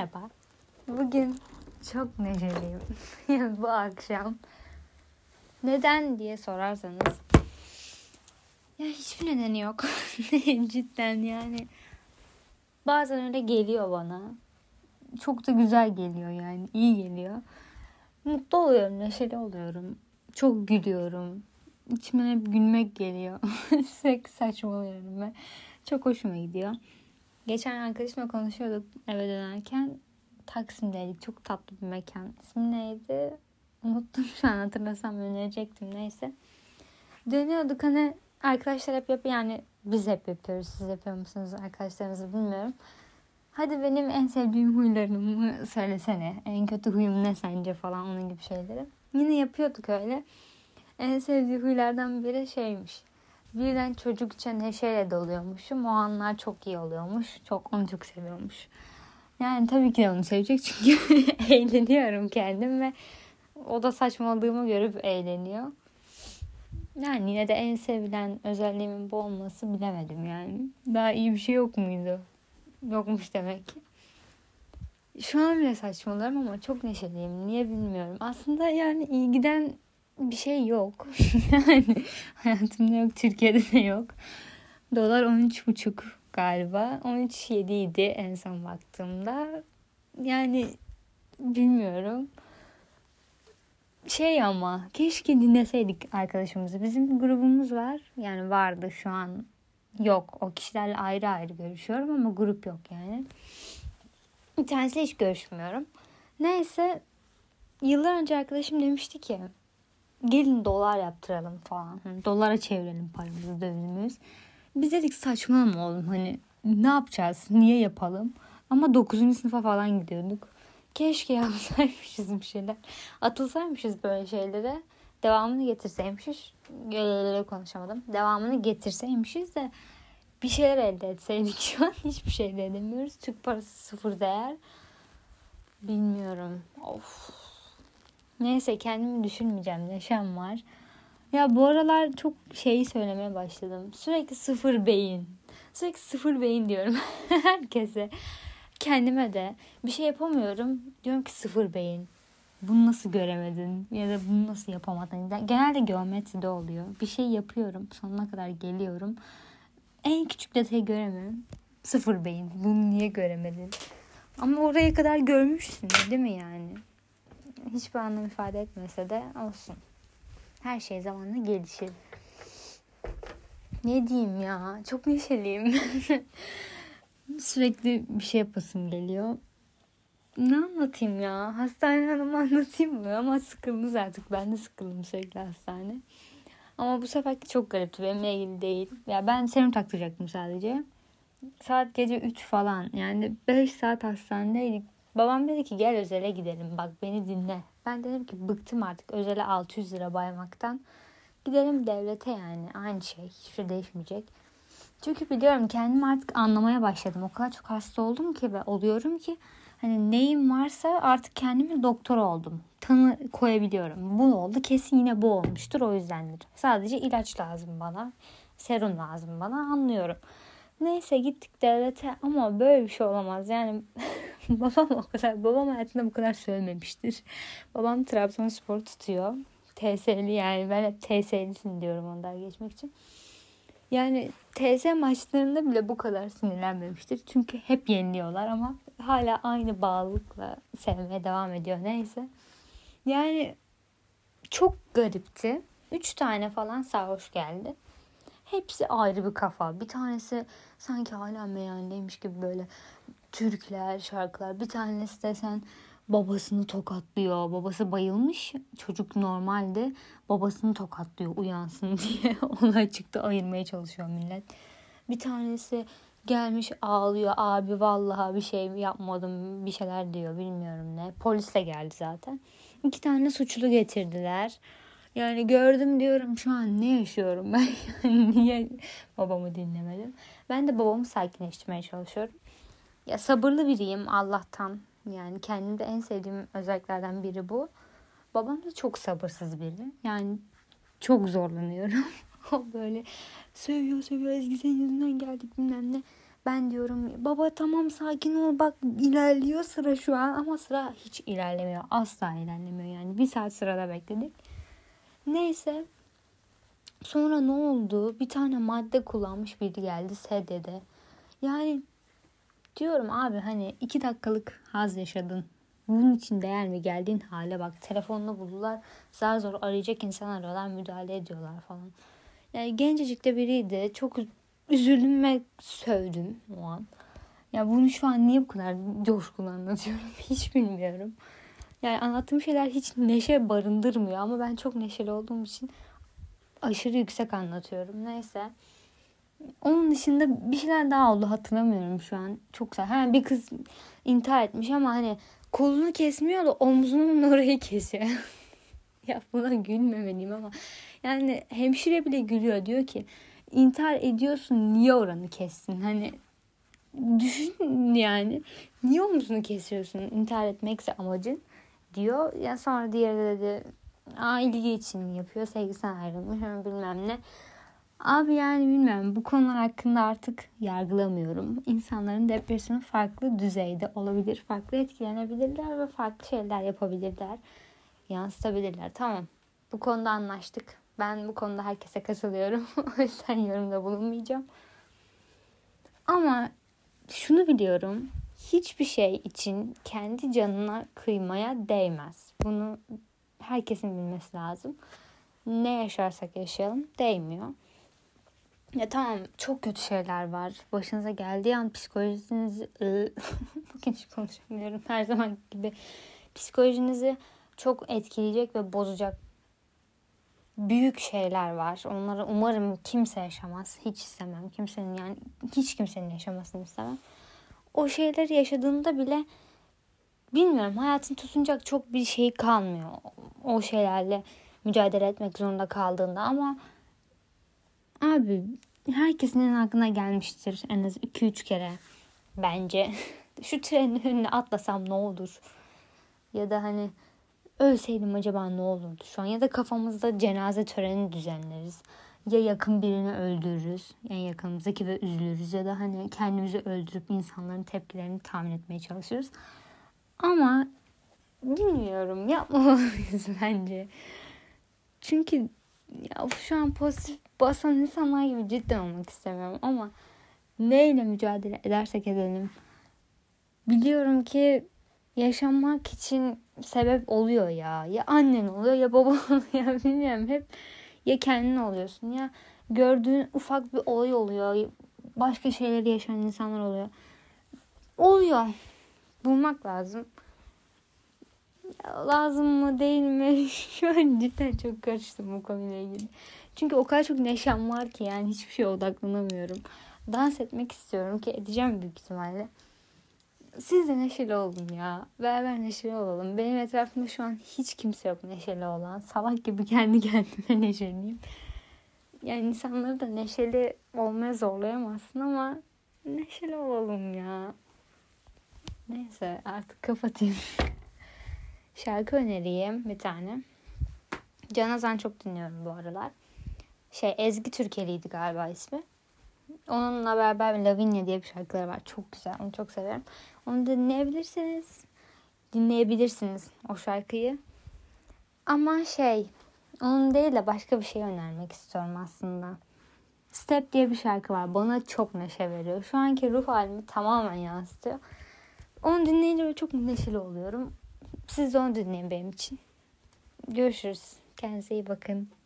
Merhaba. Bugün çok neşeliyim. Bu akşam. Neden diye sorarsanız. Ya hiçbir nedeni yok. Cidden yani. Bazen öyle geliyor bana. Çok da güzel geliyor yani. İyi geliyor. Mutlu oluyorum, neşeli oluyorum. Çok gülüyorum. İçime hep gülmek geliyor. Sürekli saçmalıyorum ve çok hoşuma gidiyor. Geçen arkadaşımla konuşuyorduk eve dönerken. Taksim'deydik. Çok tatlı bir mekan. İsmi neydi? Unuttum şu an, hatırlasam önerecektim. Neyse. Dönüyorduk hani arkadaşlar hep yapıyor. Yani biz hep yapıyoruz. Siz yapıyor musunuz arkadaşlarınızı bilmiyorum. Hadi benim en sevdiğim huylarımı söylesene. En kötü huyum ne sence falan, onun gibi şeyleri. Yine yapıyorduk öyle. En sevdiği huylardan biri şeymiş. Birden çocukça neşeyle doluyormuşum. O anlar çok iyi oluyormuş. Onu çok seviyormuş. Yani tabii ki de onu sevecek çünkü eğleniyorum kendim ve o da saçmaladığımı görüp eğleniyor. Yani yine de en sevilen özelliğimin bu olması, bilemedim yani. Daha iyi bir şey yok muydu? Yokmuş demek ki. Şu an bile saçmalıyorum ama çok neşeliyim. Niye bilmiyorum. Aslında yani ilgiden bir şey yok. Yani hayatımda yok, Türkiye'de de yok. Dolar 13,5 galiba. 13,7 idi en son baktığımda. Yani bilmiyorum. Ama keşke dinleseydik arkadaşımızı. Bizim bir grubumuz var. Yani vardı, şu an yok. O kişilerle ayrı ayrı görüşüyorum ama grup yok yani. Bir tanesiyle hiç görüşmüyorum. Neyse, yıllar önce arkadaşım demişti ki gelin dolar yaptıralım falan. Dolara çevirelim paramızı, dövizimiz. Biz dedik saçmalama oğlum, hani ne yapacağız? Niye yapalım? Ama 9. sınıfa falan gidiyorduk. Keşke yapsaymışız bir şeyler. Atılsaymışız böyle şeylere. Devamını getirseymişiz. Konuşamadım. Devamını getirseymişiz de bir şeyler elde etseydik. Şu an hiçbir şey elde edemiyoruz. Türk parası sıfır değer. Bilmiyorum. Of. Neyse, kendimi düşünmeyeceğim. Neşem var. Ya bu aralar çok söylemeye başladım. Sürekli sıfır beyin. Sürekli sıfır beyin diyorum herkese. Kendime de bir şey yapamıyorum. Diyorum ki sıfır beyin. Bunu nasıl göremedin? Ya da bunu nasıl yapamadın? Genelde geometride oluyor. Bir şey yapıyorum. Sonuna kadar geliyorum. En küçük detayı göremiyorum. Sıfır beyin. Bunu niye göremedin? Ama oraya kadar görmüşsün değil mi yani? Hiçbir anlam ifade etmese de olsun. Her şey zamanla gelişir. Ne diyeyim ya? Çok neşeliyim. Sürekli bir şey yapasım geliyor. Ne anlatayım ya? Hastane hanımı anlatayım mı? Ama sıkıldınız artık. Ben de sıkıldım sürekli hastane. Ama bu seferki çok garipti. Benimle ilgili değil. Ya ben serum taktıracaktım sadece. Saat gece 3 falan. Yani 5 saat hastanedeydik. Babam dedi ki gel özele gidelim. Bak beni dinle. Ben dedim ki bıktım artık özele 600 lira baymaktan. Gidelim devlete yani. Aynı şey. Hiçbir şey değişmeyecek. Çünkü biliyorum, kendimi artık anlamaya başladım. O kadar çok hasta oldum ki ve oluyorum ki hani neyim varsa artık kendimi doktor oldum. Tanı koyabiliyorum. Bu oldu, kesin yine bu olmuştur, o yüzdendir. Sadece ilaç lazım bana. Serum lazım bana, anlıyorum. Neyse gittik devlete ama böyle bir şey olamaz. Yani babam hayatında bu kadar söylememiştir. Babam Trabzonspor tutuyor. TS'li, yani ben hep TS'lisin diyorum ondan geçmek için. Yani TS maçlarında bile bu kadar sinirlenmemiştir. Çünkü hep yeniliyorlar ama hala aynı bağlılıkla sevmeye devam ediyor. Neyse. Yani çok garipti. 3 tane falan sarhoş geldi. Hepsi ayrı bir kafa. Bir tanesi sanki hala meyhanedeymiş gibi böyle türküler, şarkılar. Bir tanesi de sen babasını tokatlıyor. Babası bayılmış. Çocuk normalde babasını tokatlıyor uyansın diye. Olay çıktı, ayırmaya çalışıyor millet. Bir tanesi gelmiş ağlıyor. Abi vallahi bir şey yapmadım, bir şeyler diyor, bilmiyorum ne. Polisle geldi zaten. 2 tane suçlu getirdiler. Yani gördüm, diyorum şu an ne yaşıyorum ben? Yani niye babamı dinlemedim? Ben de babamı sakinleştirmeye çalışıyorum. Ya sabırlı biriyim Allah'tan. Yani kendimde en sevdiğim özelliklerden biri bu. Babam da çok sabırsız biri. Yani çok zorlanıyorum. O böyle sövüyor Ezgi, senin yüzünden geldik bilmem ne. Ben diyorum baba tamam sakin ol bak ilerliyor sıra şu an ama sıra hiç ilerlemiyor. Asla ilerlemiyor yani. 1 saat sırada bekledik. Neyse. Sonra ne oldu? Bir tane madde kullanmış biri geldi sedyede. Yani diyorum abi hani 2 dakikalık haz yaşadın. Bunun için değer mi? Geldiğin hale bak. Telefonla buldular. Zar zor arayacak insan arıyorlar. Müdahale ediyorlar falan. Yani gencecik de biriydi. Çok üzüldüm ve sövdüm o an. Ya bunu şu an niye bu kadar coşkulu anlatıyorum hiç bilmiyorum. Yani anlattığım şeyler hiç neşe barındırmıyor ama ben çok neşeli olduğum için aşırı yüksek anlatıyorum. Neyse. Onun dışında bir şeyler daha oldu hatırlamıyorum şu an. Çok güzel. Ha, bir kız intihar etmiş ama hani kolunu kesmiyor da omzunun orayı kesiyor. Ya buna gülmemeliyim ama yani hemşire bile gülüyor. Diyor ki intihar ediyorsun niye oranı kessin? Hani düşün yani. Niye omzunu kesiyorsun? İntihar etmekse amacın diyor. Ya sonra diğeri de dedi ilgi için yapıyor. Sevgisinden ayrılmış ama bilmem ne. Abi yani bilmiyorum. Bu konular hakkında artık yargılamıyorum. İnsanların depresyonu farklı düzeyde olabilir. Farklı etkilenebilirler ve farklı şeyler yapabilirler. Yansıtabilirler. Tamam. Bu konuda anlaştık. Ben bu konuda herkese katılıyorum. O yüzden yorumda bulunmayacağım. Ama şunu biliyorum. Hiçbir şey için kendi canına kıymaya değmez. Bunu herkesin bilmesi lazım. Ne yaşarsak yaşayalım değmiyor. Ya tamam çok kötü şeyler var. Başınıza geldiği an psikolojinizi bugün hiç konuşamıyorum her zaman gibi. Psikolojinizi çok etkileyecek ve bozacak büyük şeyler var. Onları umarım kimse yaşamaz. Hiç istemem. Kimsenin yani hiç kimsenin yaşamasını istemem. O şeyleri yaşadığında bile bilmiyorum hayatın tutunacak çok bir şey kalmıyor. O şeylerle mücadele etmek zorunda kaldığında ama abi herkesin aklına gelmiştir en az 2-3 kere bence. Şu trenin önüne atlasam ne olur? Ya da hani ölseydim acaba ne olurdu şu an? Ya da kafamızda cenaze töreni düzenleriz. Ya yakın birini öldürürüz. En yakınımızdaki ve üzülürüz. Ya da hani kendimizi öldürüp insanların tepkilerini tahmin etmeye çalışırız. Ama bilmiyorum yapmamalıyız bence. Çünkü ya şu an pozitif basan insanlar gibi cidden olmak istemiyorum ama neyle mücadele edersek edelim. Biliyorum ki yaşamak için sebep oluyor ya. Ya annen oluyor ya baban oluyor ya bilmiyorum hep ya kendin oluyorsun ya gördüğün ufak bir olay oluyor. Başka şeyleri yaşayan insanlar oluyor. Oluyor. Bulmak lazım. Ya, lazım mı değil mi? Şu an cidden çok karıştım bu konuyla ilgili. Çünkü o kadar çok neşem var ki yani hiçbir şeye odaklanamıyorum. Dans etmek istiyorum ki edeceğim büyük ihtimalle. Siz de neşeli olun ya. Beraber neşeli olalım. Benim etrafımda şu an hiç kimse yok neşeli olan. Salak gibi kendi kendime neşeliyim. Yani insanları da neşeli olmaya zorlayamazsın ama neşeli olalım ya. Neyse artık kapatayım. Şarkı önereyim bir tane. Can Ozan çok dinliyorum bu aralar. Ezgi Türkeli'ydi galiba ismi. Onunla beraber Lavinia diye bir şarkıları var. Çok güzel. Onu çok severim. Onu dinleyebilirsiniz o şarkıyı. Ama onun değil de başka bir şey önermek istiyorum aslında. Step diye bir şarkı var. Bana çok neşe veriyor. Şu anki ruh halimi tamamen yansıtıyor. Onu dinleyince böyle çok neşeli oluyorum. Siz de onu dinleyin benim için. Görüşürüz. Kendinize iyi bakın.